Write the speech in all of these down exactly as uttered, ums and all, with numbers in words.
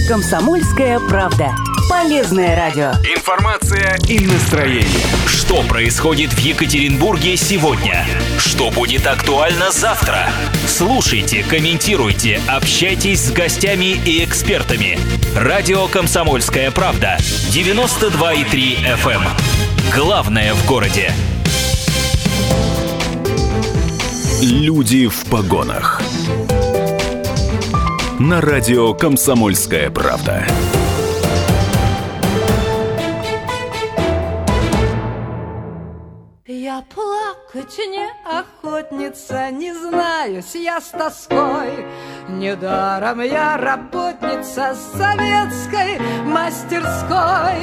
Комсомольская правда. Полезное радио. Информация и настроение. Что происходит в Екатеринбурге сегодня? Что будет актуально завтра? Слушайте, комментируйте, общайтесь с гостями и экспертами. Радио «Комсомольская правда». девяносто два и три эф эм. Главное в городе. Люди в погонах. На радио «Комсомольская правда». Я плакать не охотница, не знаюсь я с тоской. Недаром я работница советской мастерской.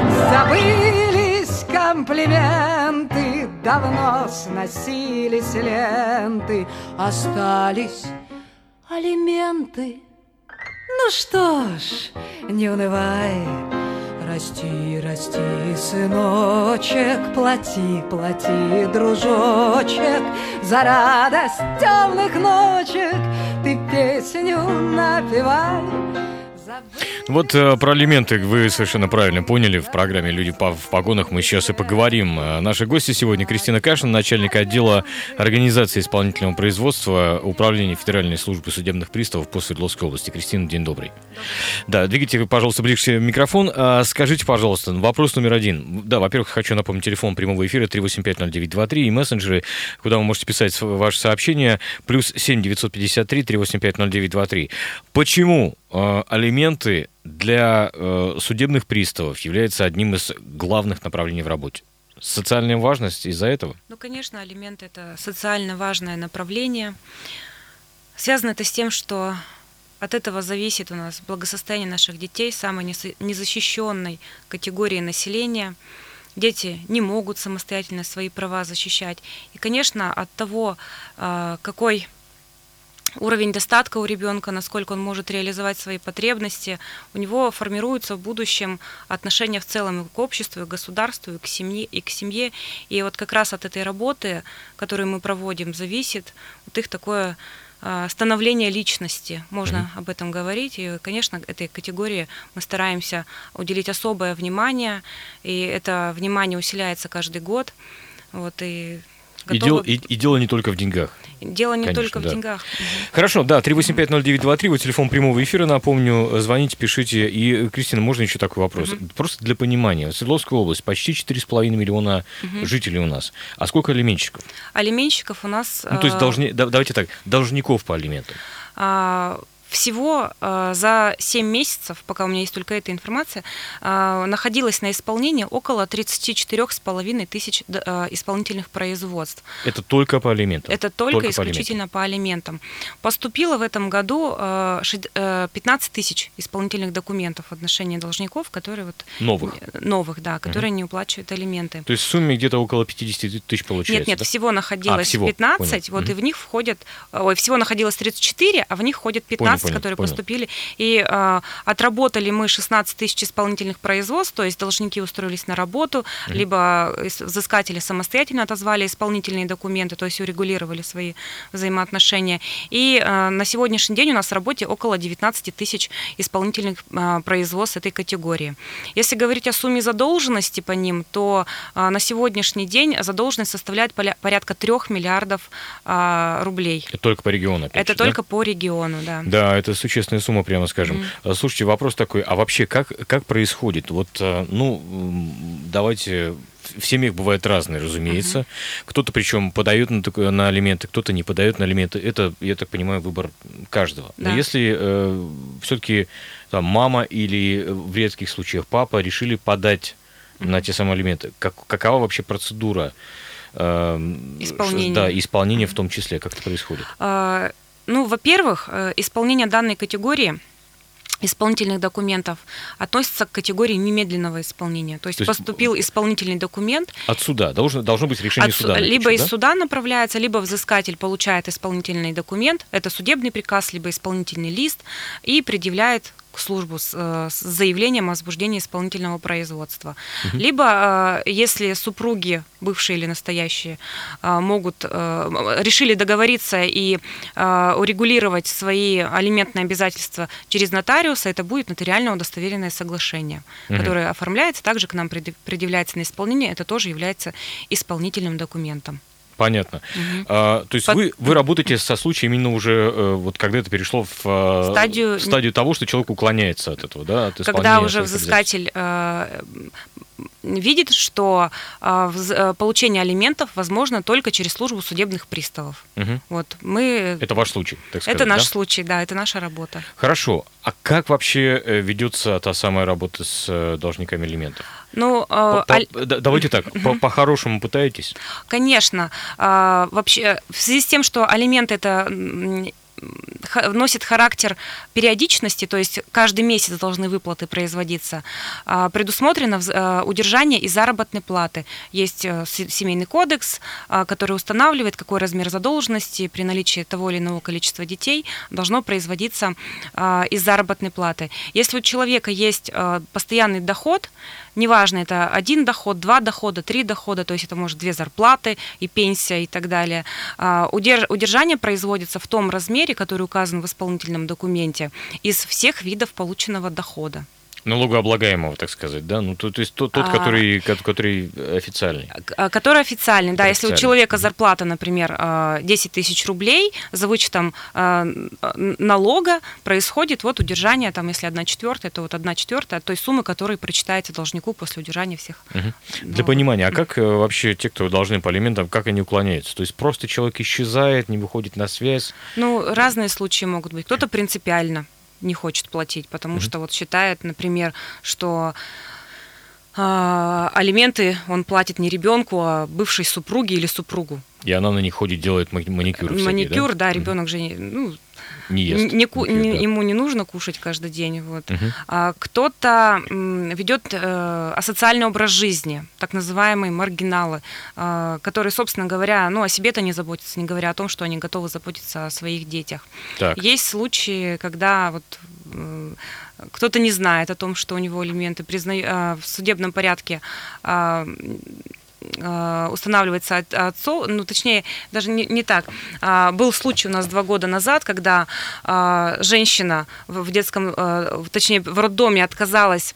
Забылись комплименты, давно сносились ленты, остались алименты. Ну что ж, не унывай, расти, расти, сыночек, плати, плати, дружочек, за радость темных ночек ты песню напевай. Вот э, про алименты вы совершенно правильно поняли. В программе «Люди в погонах» мы сейчас и поговорим. Наши гости сегодня: Кристина Кашина, начальник отдела организации исполнительного производства Управления Федеральной службы судебных приставов по Свердловской области. Кристина, день добрый. добрый. Да, двигайте, пожалуйста, ближе микрофон. А, скажите, пожалуйста, вопрос номер один. Да, во-первых, хочу напомнить, телефон прямого эфира три восемь пять ноль девять два три и мессенджеры, куда вы можете писать ваши сообщения, плюс семь девятьсот пятьдесят три три восемь пять ноль девять два три. Почему э, алименты для э, судебных приставов является одним из главных направлений в работе? Социальная важность из-за этого? Ну, конечно, алименты – это социально важное направление. Связано это с тем, что от этого зависит у нас благосостояние наших детей, самой незащищенной категории населения. Дети не могут самостоятельно свои права защищать. И, конечно, от того, э, какой уровень достатка у ребенка, насколько он может реализовать свои потребности, у него формируется в будущем отношение в целом и к обществу, и к государству, и к семье, и к семье. И вот как раз от этой работы, которую мы проводим, зависит вот их такое э, становление личности. Можно mm-hmm. об этом говорить. И, конечно, этой категории мы стараемся уделить особое внимание, и это внимание усиляется каждый год. Вот, и И дело, и, и дело не только в деньгах. Дело не Конечно, только да. в деньгах. Хорошо, да, три восемь пять ноль девять два три, вот телефон прямого эфира, напомню, звоните, пишите. И, Кристина, можно еще такой вопрос? Uh-huh. Просто для понимания. Свердловская область, почти четыре с половиной миллиона uh-huh. жителей у нас. А сколько алименщиков? Алименщиков у нас... Ну, то есть, должни, давайте так, должников по алиментам. А... Всего э, за семь месяцев, пока у меня есть только эта информация, э, находилось на исполнении около тридцать четыре с половиной тысяч э, исполнительных производств. Это только по алиментам? Это только, только исключительно по алиментам. по алиментам. Поступило в этом году э, пятнадцать тысяч исполнительных документов в отношении должников, которые вот... Новых? Новых, да, которые угу. не уплачивают алименты. То есть в сумме где-то около пятьдесят тысяч получается? Нет, нет, да? всего находилось а, всего. пятнадцать, Понял. вот угу. и в них входят... Ой, всего находилось тридцать четыре, а в них входят пятнадцать, Понял, которые понял. поступили. И э, отработали мы шестнадцать тысяч исполнительных производств, то есть должники устроились на работу, mm-hmm. либо взыскатели самостоятельно отозвали исполнительные документы, то есть урегулировали свои взаимоотношения. И э, на сегодняшний день у нас в работе около девятнадцать тысяч исполнительных э, производств этой категории. Если говорить о сумме задолженности по ним, то э, на сегодняшний день задолженность составляет порядка трех миллиардов э, рублей. Это только по региону? Это же, только да? по региону, да. Да, это существенная сумма, прямо скажем. Mm-hmm. Слушайте, вопрос такой, а вообще как, как происходит? Вот, ну, давайте... В семьях бывают разные, разумеется. Uh-huh. Кто-то, причем, подает на, такое, на алименты, кто-то не подает на алименты. Это, я так понимаю, выбор каждого. Да. Но если э, все-таки там, мама или в редких случаях папа решили подать uh-huh. на те самые алименты, как, какова вообще процедура э, исполнения? Да, исполнения uh-huh. в том числе, как это происходит? Uh, ну, во-первых, исполнение данной категории исполнительных документов относится к категории немедленного исполнения. То есть, То есть поступил исполнительный документ. От суда? Должно, должно быть решение от, суда. Либо напишет, из да? суда направляется, либо взыскатель получает исполнительный документ, это судебный приказ, либо исполнительный лист, и предъявляет к в службу с, с заявлением о возбуждении исполнительного производства. Угу. Либо, если супруги, бывшие или настоящие, могут, решили договориться и урегулировать свои алиментные обязательства через нотариуса, это будет нотариально удостоверенное соглашение, угу. которое оформляется, также к нам предъявляется на исполнение, это тоже является исполнительным документом. Понятно. Угу. А, то есть Под... вы, вы работаете со случаем именно уже, вот когда это перешло в стадию, в стадию того, что человек уклоняется от этого, да, от исполнения. Когда уже взыскатель э, видит, что э, получение алиментов возможно только через службу судебных приставов. Угу. Вот, мы... Это ваш случай, так сказать, Это наш да? случай, да, это наша работа. Хорошо. А как вообще ведется та самая работа с должниками алиментов? Ну, по, по, аль... Давайте так, по, по-хорошему пытаетесь? Конечно. А, вообще, в связи с тем, что алименты это носит характер периодичности, то есть каждый месяц должны выплаты производиться, предусмотрено удержание и заработной платы. Есть семейный кодекс, который устанавливает, какой размер задолженности при наличии того или иного количества детей должно производиться из заработной платы. Если у человека есть постоянный доход, неважно, это один доход, два дохода, три дохода, то есть это может две зарплаты и пенсия и так далее. Удержание производится в том размере, который указан в исполнительном документе, из всех видов полученного дохода. Налогооблагаемого, так сказать, да? Ну, то, то есть тот, тот который, который официальный. Который официальный, да. Если у человека зарплата, например, десять тысяч рублей, за вычетом налога происходит вот удержание, там, если одна четвертая, то вот одна четвертая от той суммы, которая причитается должнику после удержания всех. Угу. Для понимания, а как вообще те, кто должны по алиментам, как они уклоняются? То есть просто человек исчезает, не выходит на связь? Ну, разные случаи могут быть. Кто-то принципиально не хочет платить, потому mm-hmm. что вот считает, например, что э, алименты он платит не ребенку, а бывшей супруге или супругу. И она на них ходит, делает маникюр. Маникюр, всякие, да, да, ребенок mm-hmm. же не, ну, не ест. Не, маникюр, не, да. Ему не нужно кушать каждый день. Вот. Mm-hmm. А кто-то м, ведет э, асоциальный образ жизни, так называемые маргиналы, э, которые, собственно говоря, ну, о себе-то не заботятся, не говоря о том, что они готовы заботиться о своих детях. Так. Есть случаи, когда вот э, кто-то не знает о том, что у него алименты призна... э, в судебном порядке э, устанавливается отцу, ну, точнее, даже не, не так. Был случай у нас два года назад, когда женщина в детском, точнее, в роддоме отказалась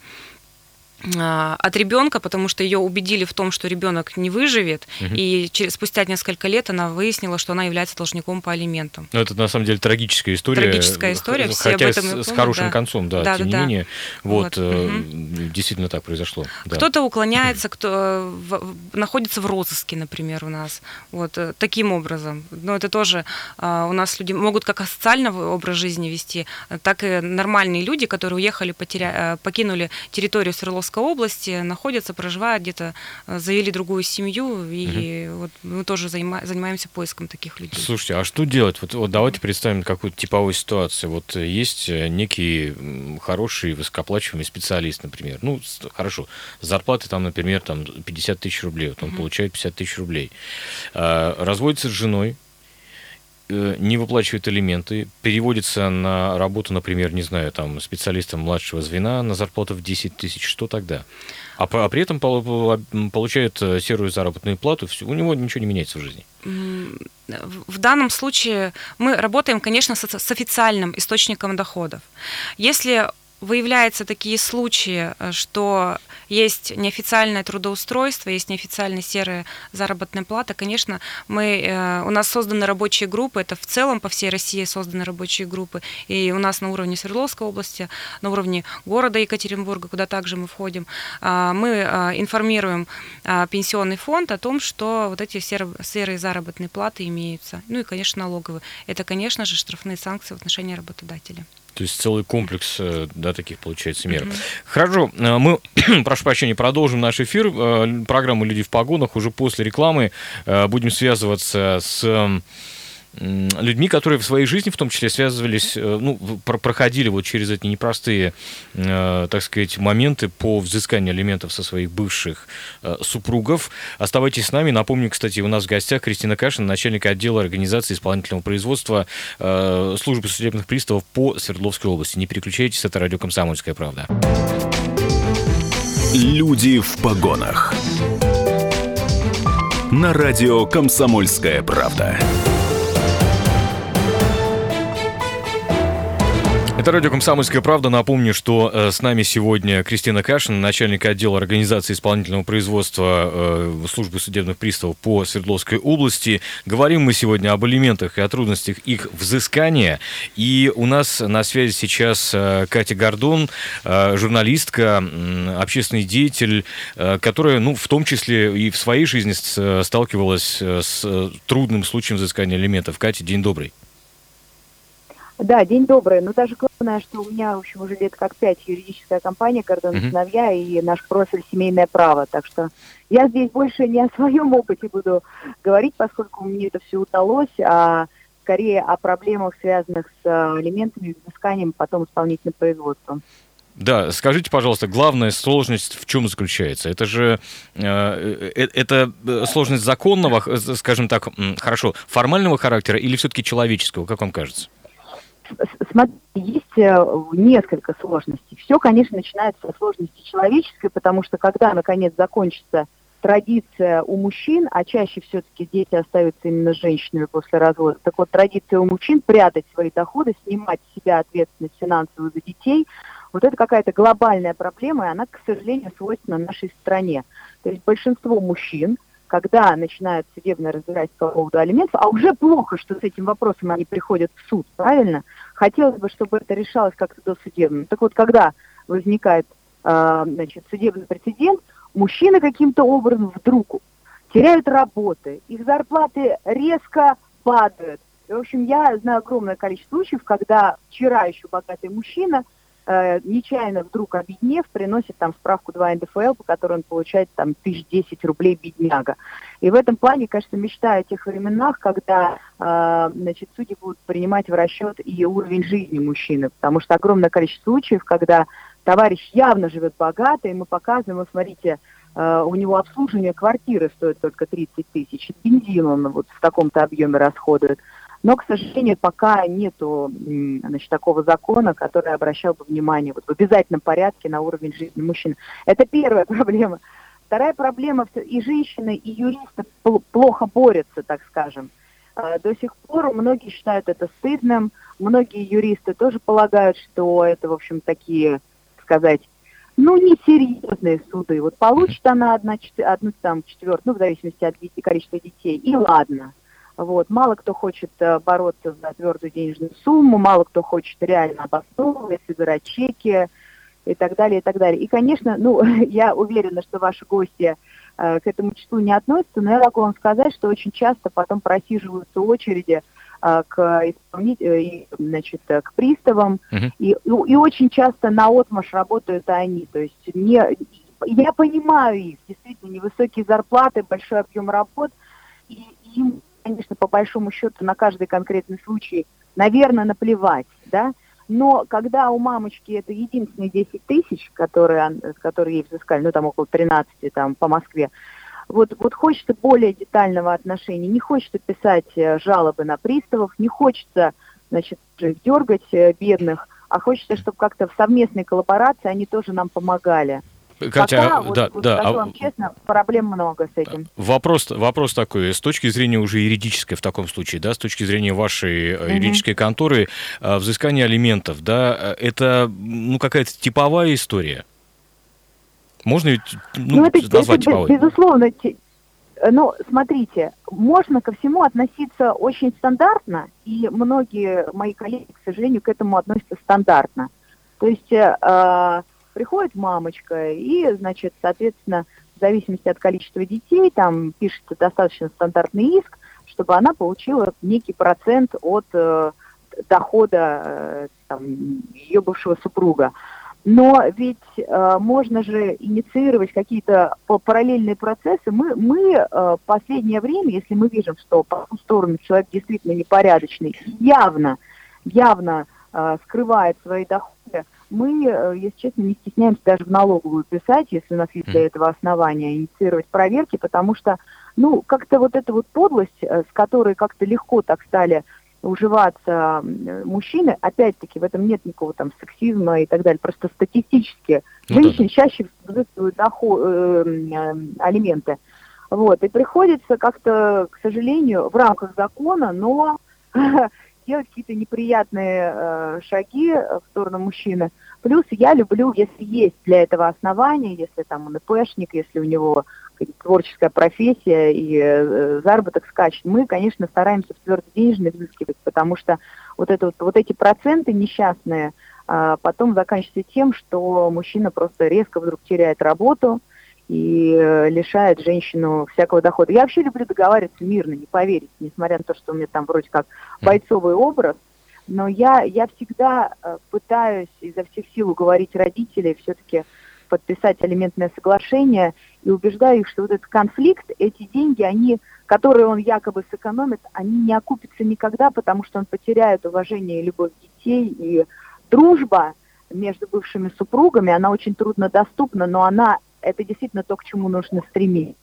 от ребенка, потому что ее убедили в том, что ребенок не выживет, угу. и через, спустя несколько лет она выяснила, что она является должником по алиментам. Ну, это на самом деле трагическая история. Трагическая история, х- все хотя об этом с, помнят, с хорошим да. концом, да, да тем да, не менее, вот, вот. Э, угу. действительно так произошло. Да. Кто-то уклоняется, кто в, находится в розыске, например, у нас, вот, таким образом. Но это тоже а, у нас люди могут как социальный образ жизни вести, так и нормальные люди, которые уехали, потеря... покинули территорию Свердловской области, находятся, проживают где-то, завели другую семью, и угу. вот мы тоже занима- занимаемся поиском таких людей. Слушайте, а что делать? Вот, вот давайте представим какую-то типовую ситуацию. Вот есть некий хороший, высокооплачиваемый специалист, например. Ну, хорошо, зарплата там, например, там пятьдесят тысяч рублей. Вот он угу. получает пятьдесят тысяч рублей. А, разводится с женой, не выплачивает алименты, переводится на работу, например, не знаю, там, специалистом младшего звена на зарплату в десять тысяч, что тогда? А, а при этом получает серую заработную плату, у него ничего не меняется в жизни. В данном случае мы работаем, конечно, с, с официальным источником доходов. Если выявляются такие случаи, что есть неофициальное трудоустройство, есть неофициальная серая заработная плата, конечно, мы, у нас созданы рабочие группы, это в целом по всей России созданы рабочие группы, и у нас на уровне Свердловской области, на уровне города Екатеринбурга, куда также мы входим, мы информируем пенсионный фонд о том, что вот эти серые заработные платы имеются. Ну и, конечно, налоговые. Это, конечно же, штрафные санкции в отношении работодателя. То есть целый комплекс, да, таких, получается, мер. Mm-hmm. Хорошо, мы, прошу прощения, продолжим наш эфир. Программу «Люди в погонах». Уже после рекламы будем связываться с людьми, которые в своей жизни в том числе связывались, ну, проходили вот через эти непростые, так сказать, моменты по взысканию алиментов со своих бывших супругов. Оставайтесь с нами. Напомню, кстати, у нас в гостях Кристина Кашина, начальник отдела организации исполнительного производства службы судебных приставов по Свердловской области. Не переключайтесь, это радио «Комсомольская правда». Люди в погонах. На радио «Комсомольская правда». Это радио «Комсомольская правда». Напомню, что э, с нами сегодня Кристина Кашина, начальник отдела организации исполнительного производства э, службы судебных приставов по Свердловской области. Говорим мы сегодня об алиментах и о трудностях их взыскания. И у нас на связи сейчас э, Катя Гордон, э, журналистка, э, общественный деятель, э, которая, ну, в том числе и в своей жизни с, сталкивалась с э, трудным случаем взыскания алиментов. Катя, день добрый. Да, день добрый. Но даже главное, что у меня, в общем, уже лет как пять юридическая компания «Гордон и сыновья» и наш профиль «Семейное право». Так что я здесь больше не о своем опыте буду говорить, поскольку мне это все удалось, а скорее о проблемах, связанных с алиментами, взысканием, потом исполнительным производством. Да, скажите, пожалуйста, главная сложность в чем заключается? Это же э, это сложность законного, скажем так, хорошо, формального характера или все-таки человеческого, как вам кажется? Смотрите, есть несколько сложностей. Все, конечно, начинается со сложности человеческой, потому что когда, наконец, закончится традиция у мужчин, а чаще все-таки дети остаются именно с женщинами после развода, так вот, традиция у мужчин прятать свои доходы, снимать с себя ответственность финансовую за детей, вот это какая-то глобальная проблема, и она, к сожалению, свойственна нашей стране. То есть большинство мужчин, когда начинают судебное разбирательство по поводу алиментов, а уже плохо, что с этим вопросом они приходят в суд, правильно? Хотелось бы, чтобы это решалось как-то досудебно. Так вот, когда возникает э, значит, судебный прецедент, мужчины каким-то образом вдруг теряют работы, их зарплаты резко падают. И, в общем, я знаю огромное количество случаев, когда вчера еще богатый мужчина, э, нечаянно вдруг обеднев, приносит там справку два эн дэ эф эл, по которой он получает там тысяч десять рублей, бедняга. И в этом плане, конечно, мечтаю о тех временах, когда э, значит, судьи будут принимать в расчет и уровень жизни мужчины, потому что огромное количество случаев, когда товарищ явно живет богато, и мы показываем, вот смотрите, э, у него обслуживание квартиры стоит только тридцать тысяч, бензин он вот в таком-то объеме расходует. Но, к сожалению, пока нету, значит, такого закона, который обращал бы внимание вот, в обязательном порядке на уровень жизни мужчин. Это первая проблема. Вторая проблема, и женщины, и юристы плохо борются, так скажем. До сих пор многие считают это стыдным, многие юристы тоже полагают, что это, в общем, такие, сказать, ну, несерьезные суды. Вот получит она одна, одну там четвертую, ну, в зависимости от количества детей, и ладно. Вот. Мало кто хочет бороться за твердую денежную сумму, мало кто хочет реально обосновывать, собирать чеки и так далее, и так далее. И, конечно, ну, я уверена, что ваши гости э, к этому числу не относятся, но я могу вам сказать, что очень часто потом просиживаются очереди э, к исполнителям, значит, к приставам, uh-huh. и, и, и очень часто наотмашь работают они. То есть не, я понимаю их, действительно, невысокие зарплаты, большой объем работ, и им, конечно, по большому счету на каждый конкретный случай, наверное, наплевать, да, но когда у мамочки это единственные десять тысяч, которые, которые ей взыскали, ну, там около тринадцати, там, по Москве, вот, вот хочется более детального отношения, не хочется писать жалобы на приставов, не хочется, значит, дергать бедных, а хочется, чтобы как-то в совместной коллаборации они тоже нам помогали. Катя, Пока, да, вот, да. Скажу а... вам честно, проблем много с этим. Вопрос, вопрос такой, с точки зрения уже юридической в таком случае, да, с точки зрения вашей mm-hmm. юридической конторы, взыскание алиментов, да, это, ну, какая-то типовая история? Можно ведь, ну, ну, это, назвать это, типовой? Безусловно, ну, смотрите, можно ко всему относиться очень стандартно, и многие мои коллеги, к сожалению, к этому относятся стандартно. То есть э, приходит мамочка и, значит, соответственно, в зависимости от количества детей, там пишется достаточно стандартный иск, чтобы она получила некий процент от э, дохода э, там, ее бывшего супруга. Но ведь э, можно же инициировать какие-то параллельные процессы. Мы, мы э, в последнее время, если мы видим, что по ту сторону человек действительно непорядочный, явно, явно э, скрывает свои доходы, мы, э, если честно, не стесняемся даже в налоговую писать, если у нас есть для этого основания, инициировать проверки, потому что, ну, как-то вот эта вот подлость, э, с которой как-то легко так стали уживаться мужчины, опять-таки, в этом нет никакого там сексизма и так далее, просто статистически ну, женщины да. чаще взыскивают доход, э, э, алименты. Вот, и приходится как-то, к сожалению, в рамках закона, но делать какие-то неприятные э, шаги в сторону мужчины. Плюс я люблю, если есть для этого основания, если там он ИПшник, если у него творческая профессия и э, заработок скачет, мы, конечно, стараемся в твердо денежный взыскивать, потому что вот, это вот, вот эти проценты несчастные э, потом заканчиваются тем, что мужчина просто резко вдруг теряет работу и э, лишает женщину всякого дохода. Я вообще люблю договариваться мирно, не поверите, несмотря на то, что у меня там вроде как бойцовый образ, но я, я всегда э, пытаюсь изо всех сил уговорить родителей все-таки подписать алиментное соглашение и убеждаю их, что вот этот конфликт, эти деньги, они, которые он якобы сэкономит, они не окупятся никогда, потому что он потеряет уважение и любовь детей, и дружба между бывшими супругами, она очень труднодоступна, но она, это действительно то, к чему нужно стремиться.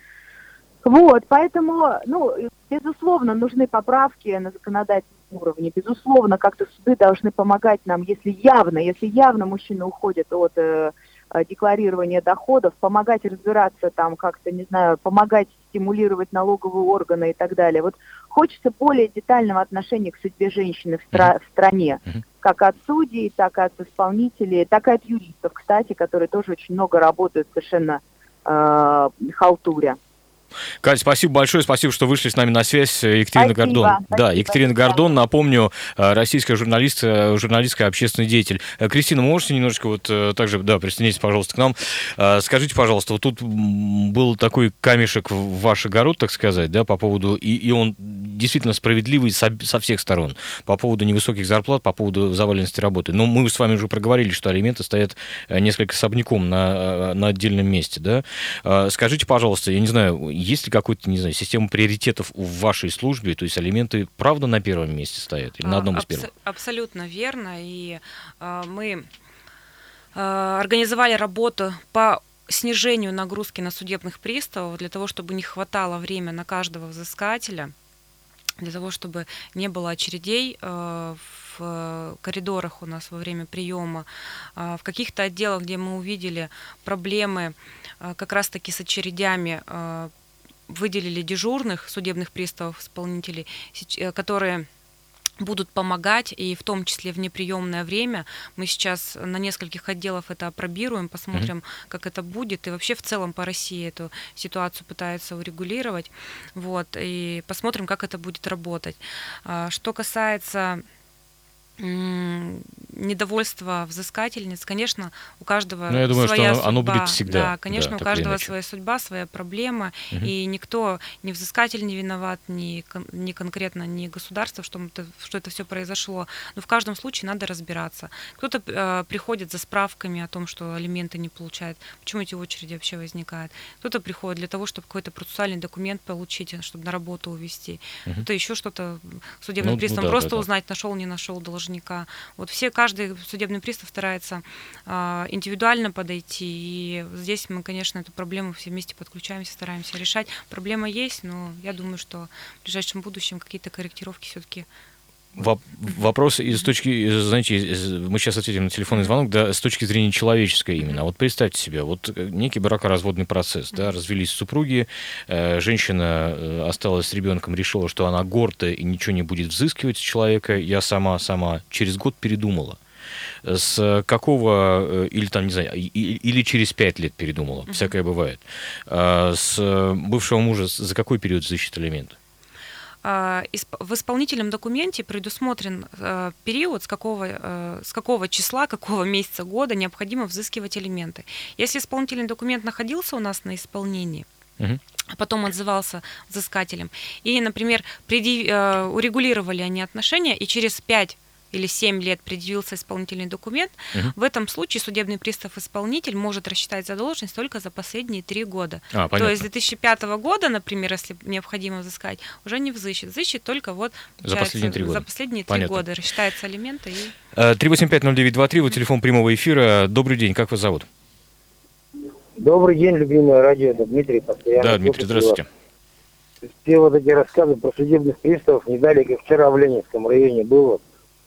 Вот, поэтому, ну, безусловно, нужны поправки на законодательном уровне, безусловно, как-то суды должны помогать нам, если явно, если явно мужчина уходит от э, декларирования доходов, помогать разбираться там как-то, не знаю, помогать стимулировать налоговые органы и так далее. Вот хочется более детального отношения к судьбе женщины в, стра- в стране, как от судей, так и от исполнителей, так и от юристов, кстати, которые тоже очень много работают совершенно э, халтуря. Катя, спасибо большое, спасибо, что вышли с нами на связь. Екатерина спасибо, Гордон. Спасибо, да, Екатерина спасибо. Гордон, напомню, российская журналистка, журналистка, общественный деятель. Кристина, можете немножечко вот также, да, присоединитесь, пожалуйста, к нам. Скажите, пожалуйста, вот тут был такой камешек в ваш огород, так сказать, да, по поводу, и, и он действительно справедливый со, со всех сторон, по поводу невысоких зарплат, по поводу заваленности работы. Но мы с вами уже проговорили, что алименты стоят несколько особняком на, на отдельном месте, да. Скажите, пожалуйста, я не знаю, есть ли какая-то, не знаю, система приоритетов в вашей службе? То есть алименты, правда, на первом месте стоят или на одном из первых? Абсолютно верно. И э, мы э, организовали работу по снижению нагрузки на судебных приставов для того, чтобы не хватало времени на каждого взыскателя, для того, чтобы не было очередей э, в коридорах у нас во время приема, э, в каких-то отделах, где мы увидели проблемы э, как раз-таки с очередями, э, выделили дежурных судебных приставов, исполнителей, которые будут помогать, и в том числе в неприемное время. Мы сейчас на нескольких отделах это опробируем, посмотрим, mm-hmm. как это будет, и вообще в целом по России эту ситуацию пытаются урегулировать, вот, и посмотрим, как это будет работать. Что касается недовольство взыскательниц, конечно, у каждого ну, я думаю, своя что судьба. Оно будет всегда. Да, конечно, да, у каждого своя судьба, своя проблема, угу. и никто, ни взыскатель не виноват, ни, ни конкретно, ни государство, что это, что это все произошло. Но в каждом случае надо разбираться. Кто-то э, приходит за справками о том, что алименты не получают, почему эти очереди вообще возникают. Кто-то приходит для того, чтобы какой-то процессуальный документ получить, чтобы на работу увезти. Угу. Кто-то еще что-то судебным ну, приставом ну, да, просто да, узнать, да. нашел, не нашел должника. Вот все, каждый судебный пристав старается а, индивидуально подойти, и здесь мы, конечно, эту проблему все вместе подключаемся, стараемся решать. Проблема есть, но я думаю, что в ближайшем будущем какие-то корректировки все-таки. Вопрос из точки, знаете, мы сейчас ответим на телефонный звонок, да, с точки зрения человеческой именно. Вот представьте себе, вот некий бракоразводный процесс, да, развелись супруги, женщина осталась с ребенком, решила, что она гордая и ничего не будет взыскивать с человека, я сама, сама, через год передумала. С какого, или там, не знаю, или через пять лет передумала, uh-huh. всякое бывает. С бывшего мужа за какой период защиты алиментов? В исполнительном документе предусмотрен период, с какого, с какого числа, какого месяца года необходимо взыскивать алименты. Если исполнительный документ находился у нас на исполнении, угу. а потом отзывался взыскателем, и, например, предъяв... урегулировали они отношения, и через пять или семь лет предъявился исполнительный документ, угу. в этом случае судебный пристав-исполнитель может рассчитать задолженность только за последние три года. А, то есть с две тысячи пятого года, например, если необходимо взыскать, уже не взыщет. Взыщет только вот за последние три года. За последние три года рассчитаются алименты. И... три восемь пять ноль девять два три, вот телефон прямого эфира. Добрый день, как вас зовут? Добрый день, любимое радио, это Дмитрий. Да, Дмитрий, здравствуйте. Все вот эти рассказы про судебных приставов не дали, как вчера в Ленинском районе было.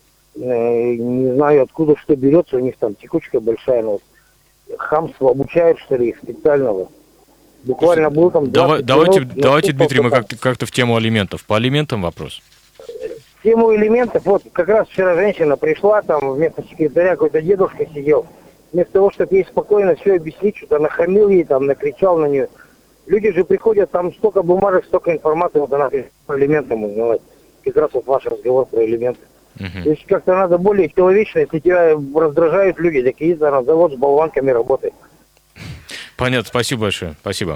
Не знаю, откуда что берется, у них там текучка большая, но хамство обучают, что ли, их специального. Буквально был там... Давай, давайте, минут, давайте Дмитрий, мы как-то, как-то в тему алиментов. По алиментам вопрос. В тему алиментов, вот как раз вчера женщина пришла, там вместо секретаря какой-то дедушка сидел. Вместо того, чтобы ей спокойно все объяснить, что-то нахамил ей, там, накричал на нее. Люди же приходят, там столько бумажек, столько информации, вот она по алиментам узнавать. Как раз вот ваш разговор про алименты. Uh-huh. То есть как-то надо более человечно, если тебя раздражают люди, так иди на завод с болванками работай. Понятно, спасибо большое, спасибо.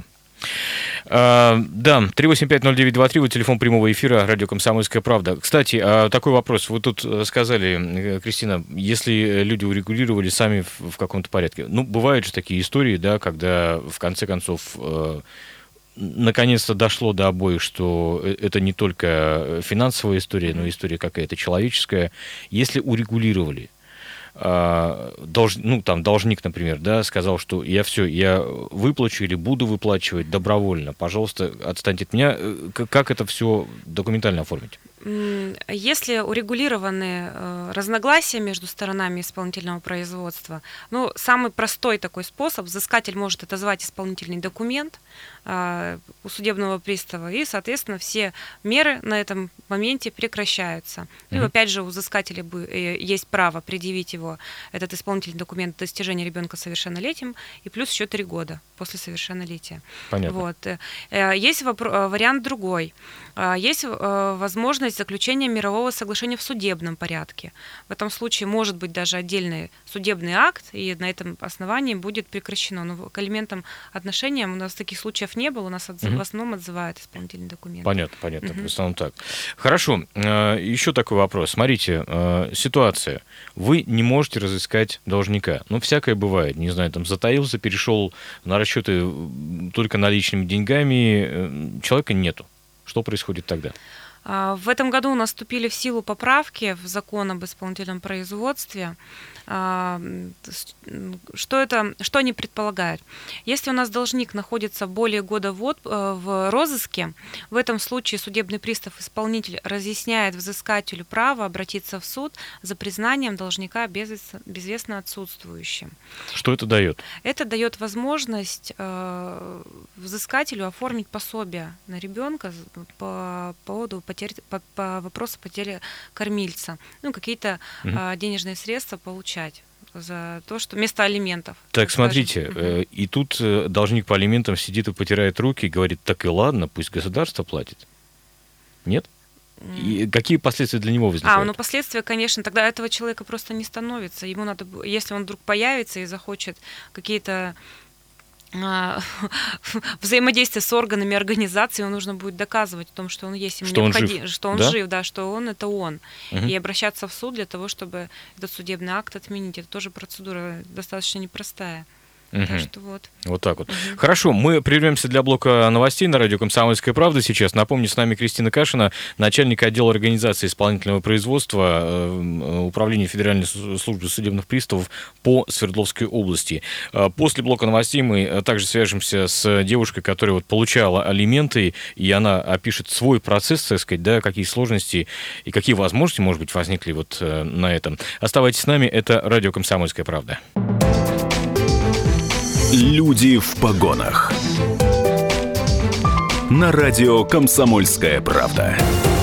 А, да, три восемь пять ноль девять два три, вот телефон прямого эфира, радио «Комсомольская правда». Кстати, а, такой вопрос. Вы тут сказали, Кристина, если люди урегулировали сами в, в каком-то порядке. Ну, бывают же такие истории, да, когда в конце концов... Э, наконец-то дошло до обоих, что это не только финансовая история, но и история какая-то человеческая. Если урегулировали, долж, ну, там, должник, например, да, сказал, что я все, я выплачу или буду выплачивать добровольно, пожалуйста, отстаньте от меня. Как это все документально оформить? Если урегулированы разногласия между сторонами исполнительного производства, ну, самый простой такой способ, взыскатель может отозвать исполнительный документ у судебного пристава, и, соответственно, все меры на этом моменте прекращаются. Ну, и опять же, у взыскателя есть право предъявить его, этот исполнительный документ, достижения ребенка совершеннолетием, и плюс еще три года после совершеннолетия. Понятно. Вот. Есть вариант другой. Есть возможность заключения мирового соглашения в судебном порядке. В этом случае может быть даже отдельный судебный акт, и на этом основании будет прекращено. Но к алиментам отношениям у нас таких случаев не было, у нас отзыв, угу. в основном отзывают исполнительный документ. Понятно, понятно, угу. в основном так. Хорошо, еще такой вопрос. Смотрите, ситуация. Вы не можете разыскать должника. Ну, всякое бывает. Не знаю, там затаился, перешел на расчеты только наличными деньгами. Человека нету. Что происходит тогда? В этом году у нас вступили в силу поправки в закон об исполнительном производстве. Что это, что они предполагают? Если у нас должник находится более года в, в розыске, в этом случае судебный пристав-исполнитель разъясняет взыскателю право обратиться в суд за признанием должника безвестно отсутствующим. Что это дает? Это дает возможность э, взыскателю оформить пособие на ребенка по поводу потери, по, по вопросу потери кормильца, ну какие-то угу. э, денежные средства получать за то, что вместо алиментов. Так, смотрите, э, и тут э, должник по алиментам сидит и потирает руки и говорит, так и ладно, пусть государство платит. Нет? И какие последствия для него возникают? А, ну последствия, конечно, тогда этого человека просто не становится. Ему надо, если он вдруг появится и захочет какие-то взаимодействие с органами организации, ему нужно будет доказывать о том, что он есть, ему что необходимо, он жив, что он да? жив, да, что он это он, угу. и обращаться в суд для того, чтобы этот судебный акт отменить. Это тоже процедура достаточно непростая. Угу. Так что вот. Вот так вот. Угу. Хорошо, мы прервемся для блока новостей на радио «Комсомольская правда» сейчас. Напомню, с нами Кристина Кашина, начальник отдела организации исполнительного производства э, Управления Федеральной службы судебных приставов по Свердловской области. После блока новостей мы также свяжемся с девушкой, которая вот получала алименты, и она опишет свой процесс, так сказать, да, какие сложности и какие возможности, может быть, возникли вот э, на этом. Оставайтесь с нами, это радио «Комсомольская правда». Люди в погонах. На радио «Комсомольская правда».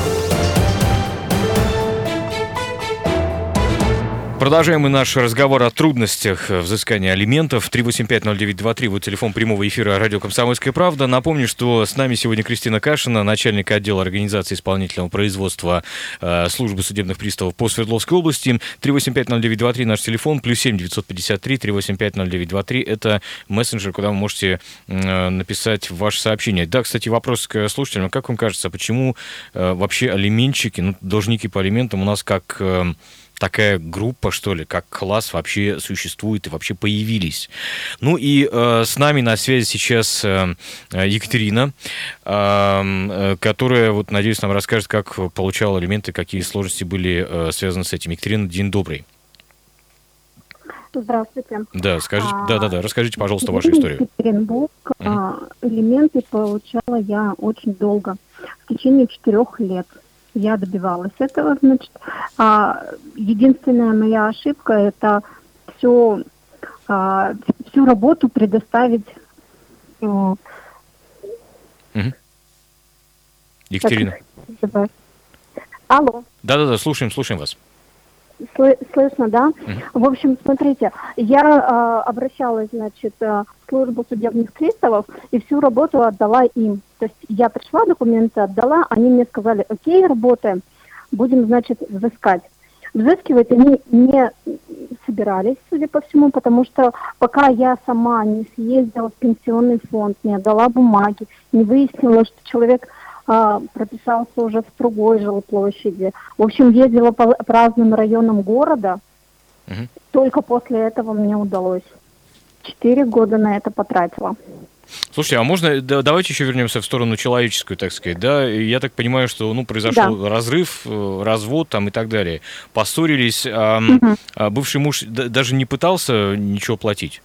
Продолжаем мы наш разговор о трудностях взыскания алиментов. три восемь пять ноль девять два три, вот телефон прямого эфира радио «Комсомольская правда». Напомню, что с нами сегодня Кристина Кашина, начальник отдела организации исполнительного производства э, службы судебных приставов по Свердловской области. три восемь пять ноль девять два три наш телефон, плюс семь девятьсот пятьдесят три три восемь пять ноль девять два три. Это мессенджер, куда вы можете э, написать ваше сообщение. Да, кстати, вопрос к слушателям. Как вам кажется, почему э, вообще алиментщики, ну, должники по алиментам у нас как... Э, такая группа, что ли, как класс вообще существует и вообще появились. Ну и э, с нами на связи сейчас э, Екатерина, э, которая, вот, надеюсь, нам расскажет, как получала алименты, какие сложности были э, связаны с этим. Екатерина, день добрый. Здравствуйте. Да, скажите, а, да, да, да, расскажите, пожалуйста, вашу историю. Екатеринбург. Uh-huh. А, элементы получала я очень долго, в течение четырех лет. Я добивалась этого, значит. А, единственная моя ошибка – это все, а, всю работу предоставить. Uh, uh-huh. Екатерина. Так, алло. Да-да-да, слушаем, слушаем вас. Слышно, да? Mm-hmm. В общем, смотрите, я э, обращалась, значит, в службу судебных приставов и всю работу отдала им. То есть я пришла, документы отдала, они мне сказали: окей, работаем, будем, значит, взыскать. Взыскивать они не собирались, судя по всему, потому что пока я сама не съездила в пенсионный фонд, не отдала бумаги, не выяснила, что человек а, прописался уже в другой жилплощади. В общем, ездила по, по разным районам города. Угу. Только после этого мне удалось. Четыре года на это потратила. Слушайте, а можно, да, давайте еще вернемся в сторону человеческую, так сказать, да? Я так понимаю, что, ну, произошел да. разрыв, развод там и так далее. Поссорились, а, угу. а бывший муж даже не пытался ничего платить?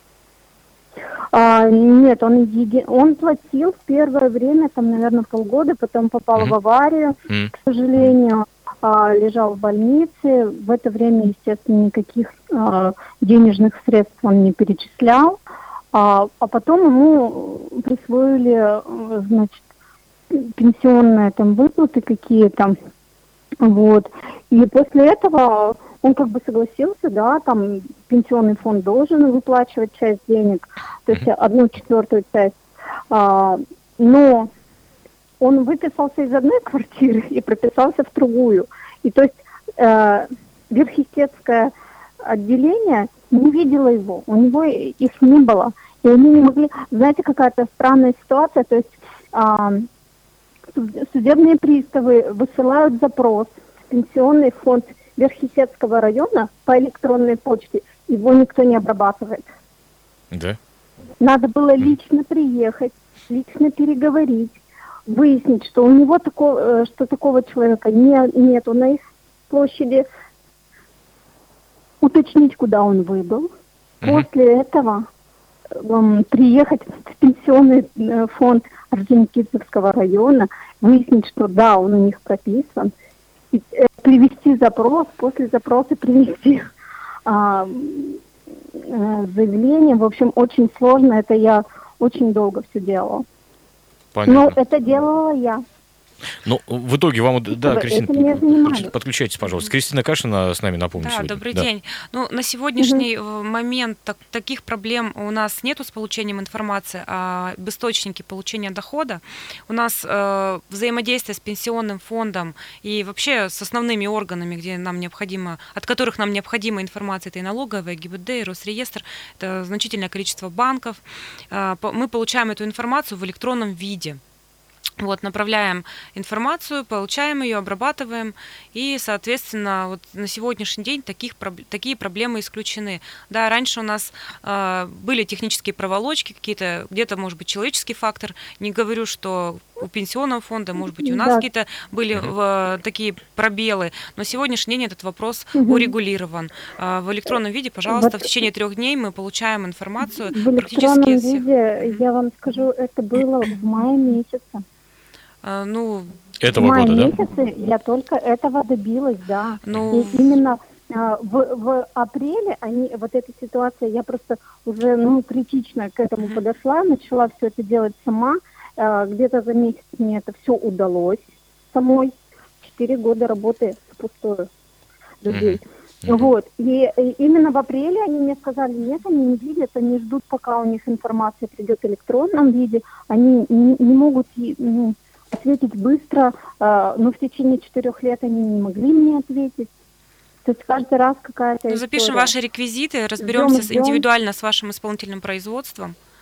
А, нет, он, еди... он платил в первое время, там, наверное, полгода, потом попал mm-hmm. в аварию, mm-hmm. к сожалению, а, лежал в больнице. В это время, естественно, никаких а, денежных средств он не перечислял. А, а потом ему присвоили, значит, пенсионные там выплаты какие-то. Вот. И после этого он как бы согласился, да, там пенсионный фонд должен выплачивать часть денег, то есть одну четвертую часть. А, но он выписался из одной квартиры и прописался в другую. И то есть э, Верхестецкое отделение не видело его, у него их не было. И они не могли, знаете, какая-то странная ситуация, то есть э, судебные приставы высылают запрос в пенсионный фонд Верхестецкого района по электронной почте, его никто не обрабатывает. Да. Надо было лично приехать, лично переговорить, выяснить, что у него такого, что такого человека не, нету на их площади, уточнить, куда он выбыл. Uh-huh. После этого um, приехать в пенсионный uh, фонд Орджоникидзевского района, выяснить, что да, он у них прописан, и, э, привести запрос, после запроса привести а, э, заявление. В общем, очень сложно, это я очень долго все делала. Понятно. Но это делала я. Ну, в итоге вам... Да, чтобы Кристина, подключайтесь, пожалуйста. Кристина Кашина с нами, напомню, да, сегодня. Добрый да. день. Ну, на сегодняшний угу. момент так, таких проблем у нас нету с получением информации об источнике получения дохода. У нас э, взаимодействие с пенсионным фондом и вообще с основными органами, где нам необходимо, от которых нам необходима информация, это и налоговая, ГИБДД, и Росреестр, это значительное количество банков. Э, мы получаем эту информацию в электронном виде. Вот, направляем информацию, получаем ее, обрабатываем, и, соответственно, вот на сегодняшний день таких, такие проблемы исключены. Да, раньше у нас э, были технические проволочки какие-то, где-то, может быть, человеческий фактор. Не говорю, что у пенсионного фонда, может быть, у нас да. какие-то были в, такие пробелы, но сегодняшний день этот вопрос угу. урегулирован. Э, в электронном виде, пожалуйста, вот в течение трех дней мы получаем информацию. В электронном виде, я вам скажу, это было в мае месяце. А, ну, этого в мае года, месяце да? я только этого добилась, да. Ну... И именно а, в, в апреле они, вот эта ситуация, я просто уже ну, критично к этому mm-hmm. подошла, начала все это делать сама. А, где-то за месяц мне это все удалось самой. Четыре года работы впустую людей. Mm-hmm. Вот. И, и именно в апреле они мне сказали, нет, они не видят, они ждут, пока у них информация придет в электронном виде. Они не, не могут... Ну, ответить быстро, э, но в течение четырех лет они не могли мне ответить. То есть каждый раз какая-то ну, запишем история. Ваши реквизиты, разберемся ждем, ждем. индивидуально с вашим исполнительным производством.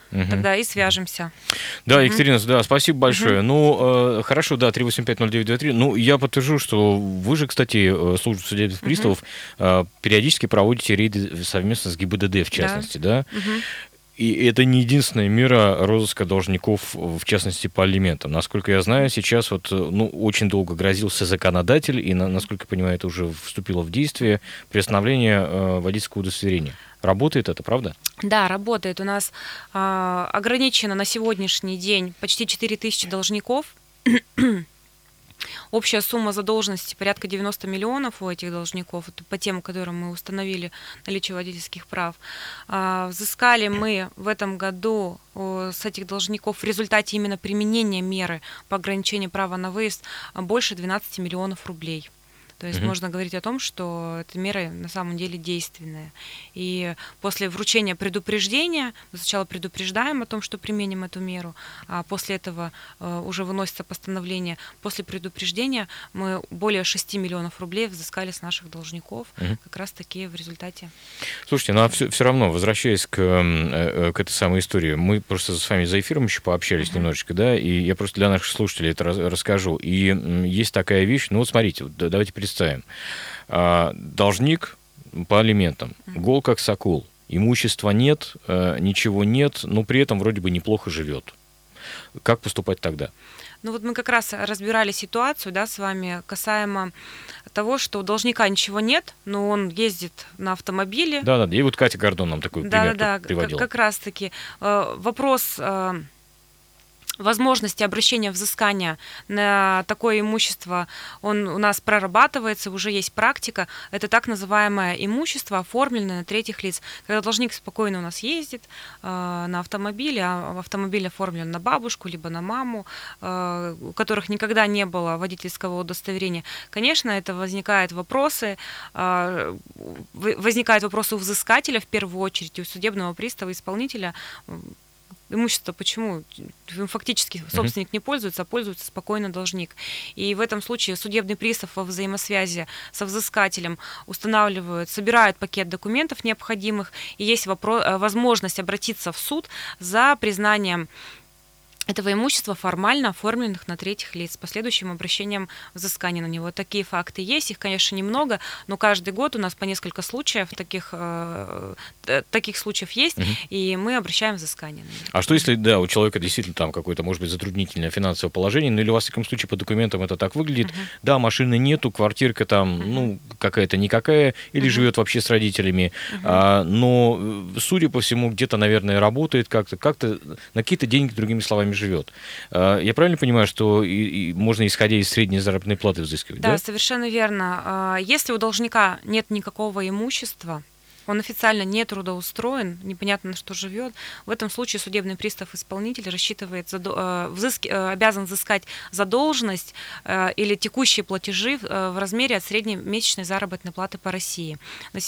угу. тогда и свяжемся. Да, Екатерина, да, спасибо большое. Угу. Ну, э, хорошо, да, три восемь пять ноль девять два три. Ну, я подтвержу, что вы же, кстати, служба судебных приставов, угу. э, периодически проводите рейды совместно с ГИБДД, в частности, да? да? Угу. И это не единственная мера розыска должников, в частности, по алиментам. Насколько я знаю, сейчас вот, ну, очень долго грозился законодатель, и, насколько я понимаю, это уже вступило в действие, приостановление э, водительского удостоверения. Работает это, правда? Да, работает. У нас э, ограничено на сегодняшний день почти четыре тысячи должников. Общая сумма задолженности порядка девяносто миллионов у этих должников, по тем, которым мы установили наличие водительских прав. Взыскали мы в этом году с этих должников в результате именно применения меры по ограничению права на выезд больше двенадцати миллионов рублей. То есть угу. можно говорить о том, что эта мера на самом деле действенная. И после вручения предупреждения, мы сначала предупреждаем о том, что применим эту меру, а после этого э, уже выносится постановление. После предупреждения мы более шести миллионов рублей взыскали с наших должников, угу. как раз таки в результате. Слушайте, ну а все, все равно, возвращаясь к, к этой самой истории, мы просто с вами за эфиром еще пообщались угу. немножечко, да, и я просто для наших слушателей это расскажу. И есть такая вещь, ну вот смотрите, давайте представим. Представим. Должник по алиментам, гол как сокол, имущества нет, ничего нет, но при этом вроде бы неплохо живет. Как поступать тогда? Ну вот мы как раз разбирали ситуацию, да, с вами касаемо того, что у должника ничего нет, но он ездит на автомобиле. Да-да, и вот Катя Гордон нам такой пример да, приводила. Как, как раз-таки вопрос возможности обращения взыскания на такое имущество, он у нас прорабатывается, уже есть практика. Это так называемое имущество, оформленное на третьих лиц. Когда должник спокойно у нас ездит э, на автомобиле, а автомобиль оформлен на бабушку, либо на маму, э, у которых никогда не было водительского удостоверения, конечно, это возникают вопросы, э, возникают вопросы у взыскателя в первую очередь, у судебного пристава, исполнителя. Имущество почему? Фактически собственник не пользуется, а пользуется спокойно должник. И в этом случае судебный пристав во взаимосвязи со взыскателем устанавливает, собирает пакет документов необходимых, и есть вопрос, возможность обратиться в суд за признанием этого имущества формально оформленных на третьих лиц с последующим обращением взыскания на него. Такие факты есть, их, конечно, немного, но каждый год у нас по несколько случаев, таких, э, таких случаев есть, угу. и мы обращаем взыскание на него. А что если, да, у человека действительно там какое-то, может быть, затруднительное финансовое положение, ну или, во всяком случае, по документам это так выглядит, угу. да, машины нету, квартирка там, угу. ну, какая-то никакая, или угу. живет вообще с родителями, угу. а, но, судя по всему, где-то, наверное, работает как-то, как-то на какие-то деньги, другими словами, живет. Я правильно понимаю, что и, и можно, исходя из средней заработной платы, взыскивать? Да, да, совершенно верно. Если у должника нет никакого имущества, он официально не трудоустроен, непонятно на что живет, в этом случае судебный пристав-исполнитель рассчитывает, взыск, обязан взыскать задолженность или текущие платежи в размере от средней месячной заработной платы по России.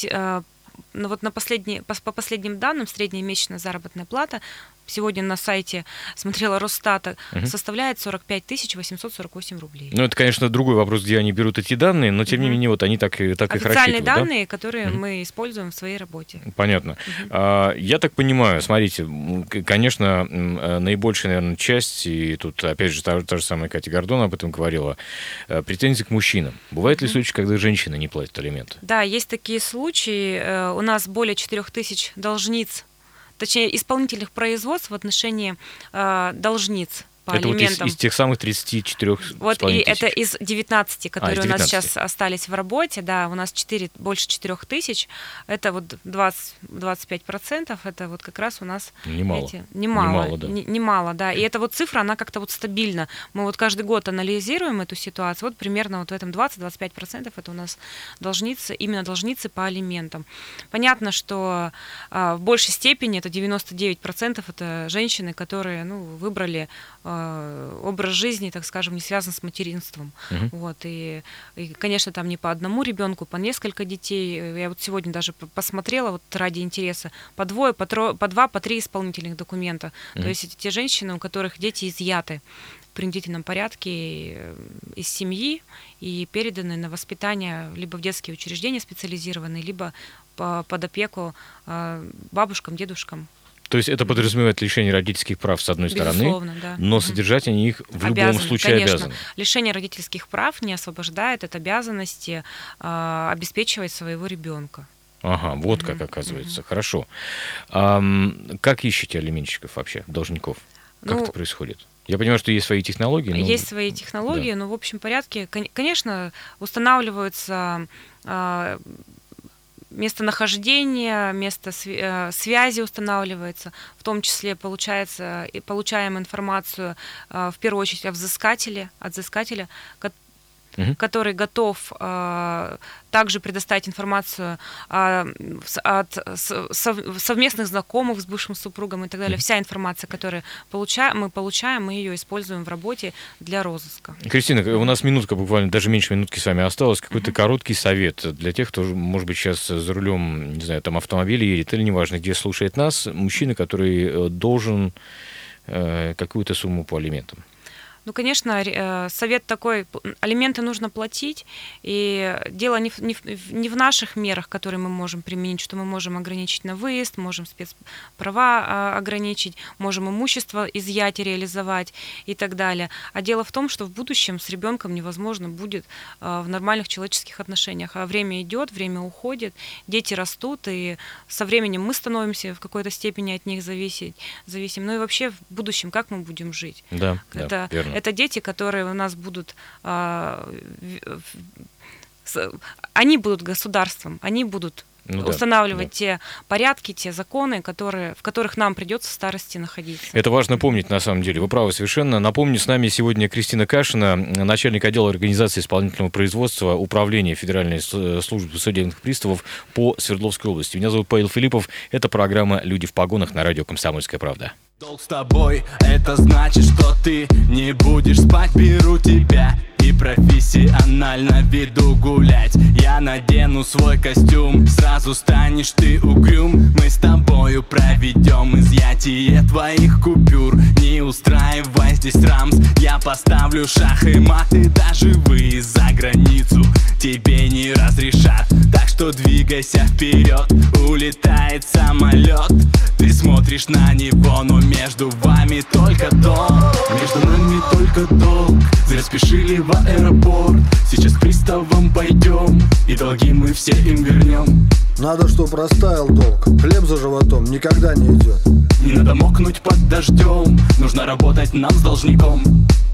Но вот на последние, по, по последним данным, средняя месячная заработная плата сегодня на сайте смотрела Росстата, угу. составляет сорок пять тысяч восемьсот сорок восемь рублей. Ну, это, конечно, другой вопрос, где они берут эти данные, но, тем угу. не менее, вот они так, так их рассчитывают. Официальные данные, да? которые угу. мы используем в своей работе. Понятно. Угу. А, я так понимаю, смотрите, конечно, наибольшая, наверное, часть, и тут, опять же, та, та же самая Катя Гордон об этом говорила, претензии к мужчинам. Бывают угу. ли случаи, когда женщины не платят алименты? Да, есть такие случаи. У нас более четырех тысяч должниц, точнее, исполнительных производств в отношении э, должниц по это алиментам. Вот из, из тех самых тридцати четырёх Вот и это из девятнадцати, которые а, из у нас девятнадцати. сейчас остались в работе. Да, у нас четыре, больше четырех тысяч. Это вот двадцать, двадцать пять процентов. Это вот как раз у нас... Немало. Эти, немало, немало, да. Не, немало, да. И эта вот цифра, она как-то вот стабильна. Мы вот каждый год анализируем эту ситуацию. Вот примерно вот в этом двадцать-двадцать пять процентов это у нас должницы, именно должницы по алиментам. Понятно, что а, в большей степени это девяносто девять процентов это женщины, которые, ну, выбрали образ жизни, так скажем, не связан с материнством. Uh-huh. Вот, и, и, конечно, там не по одному ребенку, по несколько детей. Я вот сегодня даже посмотрела, вот ради интереса, по двое, по, тро, по два, по три исполнительных документа. Uh-huh. То есть это те женщины, у которых дети изъяты в принудительном порядке из семьи и переданы на воспитание либо в детские учреждения специализированные, либо по, под опеку бабушкам, дедушкам. То есть это подразумевает лишение родительских прав, с одной Безусловно, стороны, да. но Мгм. содержать они их в Обязаны, любом случае конечно. обязаны. Лишение родительских прав не освобождает от обязанности э, обеспечивать своего ребенка. Ага, вот как оказывается. Хорошо. А, как ищете алименщиков вообще, должников? Как Ну, это происходит? Я понимаю, что есть свои технологии. Но... Есть свои технологии, да. но в общем порядке, кон- конечно, устанавливаются э, местонахождение, место св- э, связи устанавливается, в том числе получается, и получаем информацию э, в первую очередь о взыскателе, от взыскателя, ко- Мгм. который готов э, также предоставить информацию э, с- от с- сов- совместных знакомых с бывшим супругом и так далее. Мгм. Вся информация, которую получаем, мы получаем, мы ее используем в работе для розыска. Кристина, у нас минутка, буквально даже меньше минутки с вами осталось. Какой-то короткий совет для тех, кто, может быть, сейчас за рулем, не знаю, там автомобиль едет или неважно, где слушает нас, мужчина, который э, должен э, какую-то сумму по алиментам. Ну, конечно, ре- э, совет такой, п- алименты нужно платить, и дело не в, не в- не в наших мерах, которые мы можем применить, что мы можем ограничить на выезд, можем спецправа а, ограничить, можем имущество изъять и реализовать и так далее. А дело в том, что в будущем с ребенком невозможно будет а, в нормальных человеческих отношениях. А время идет, время уходит, дети растут, и со временем мы становимся в какой-то степени от них зависеть, зависим. Ну и вообще в будущем как мы будем жить? Да, Это, да, верно. это дети, которые у нас будут, а, в- в- с- они будут государством, они будут Ну да, устанавливать да. те порядки, те законы, которые, в которых нам придется в старости находиться. Это важно помнить, на самом деле. Вы правы совершенно. Напомню, с нами сегодня Кристина Кашина, начальник отдела организации исполнительного производства Управления Федеральной с- службы судебных приставов по Свердловской области. Меня зовут Павел Филиппов. Это программа «Люди в погонах» на радио «Комсомольская правда». Долг с тобой, это значит, что ты не будешь спать, беру тебя и профессионально веду гулять. Я надену свой костюм, сразу станешь ты угрюм. Мы с тобою проведем изъятие твоих купюр. Не устраивай здесь рамс, я поставлю шах и мат. И даже выезд за границу тебе не разрешат. Так что двигайся вперед, улетает самолет. Ты смотришь на него, но между вами только долг. Между нами только долг. Зря спешили в аэропорт. Сейчас к приставам пойдем, и долги мы все им вернем. Надо, чтоб растаял долг. Хлеб за животом никогда не идет. Не надо мокнуть под дождем. Нужно работать нам с должником.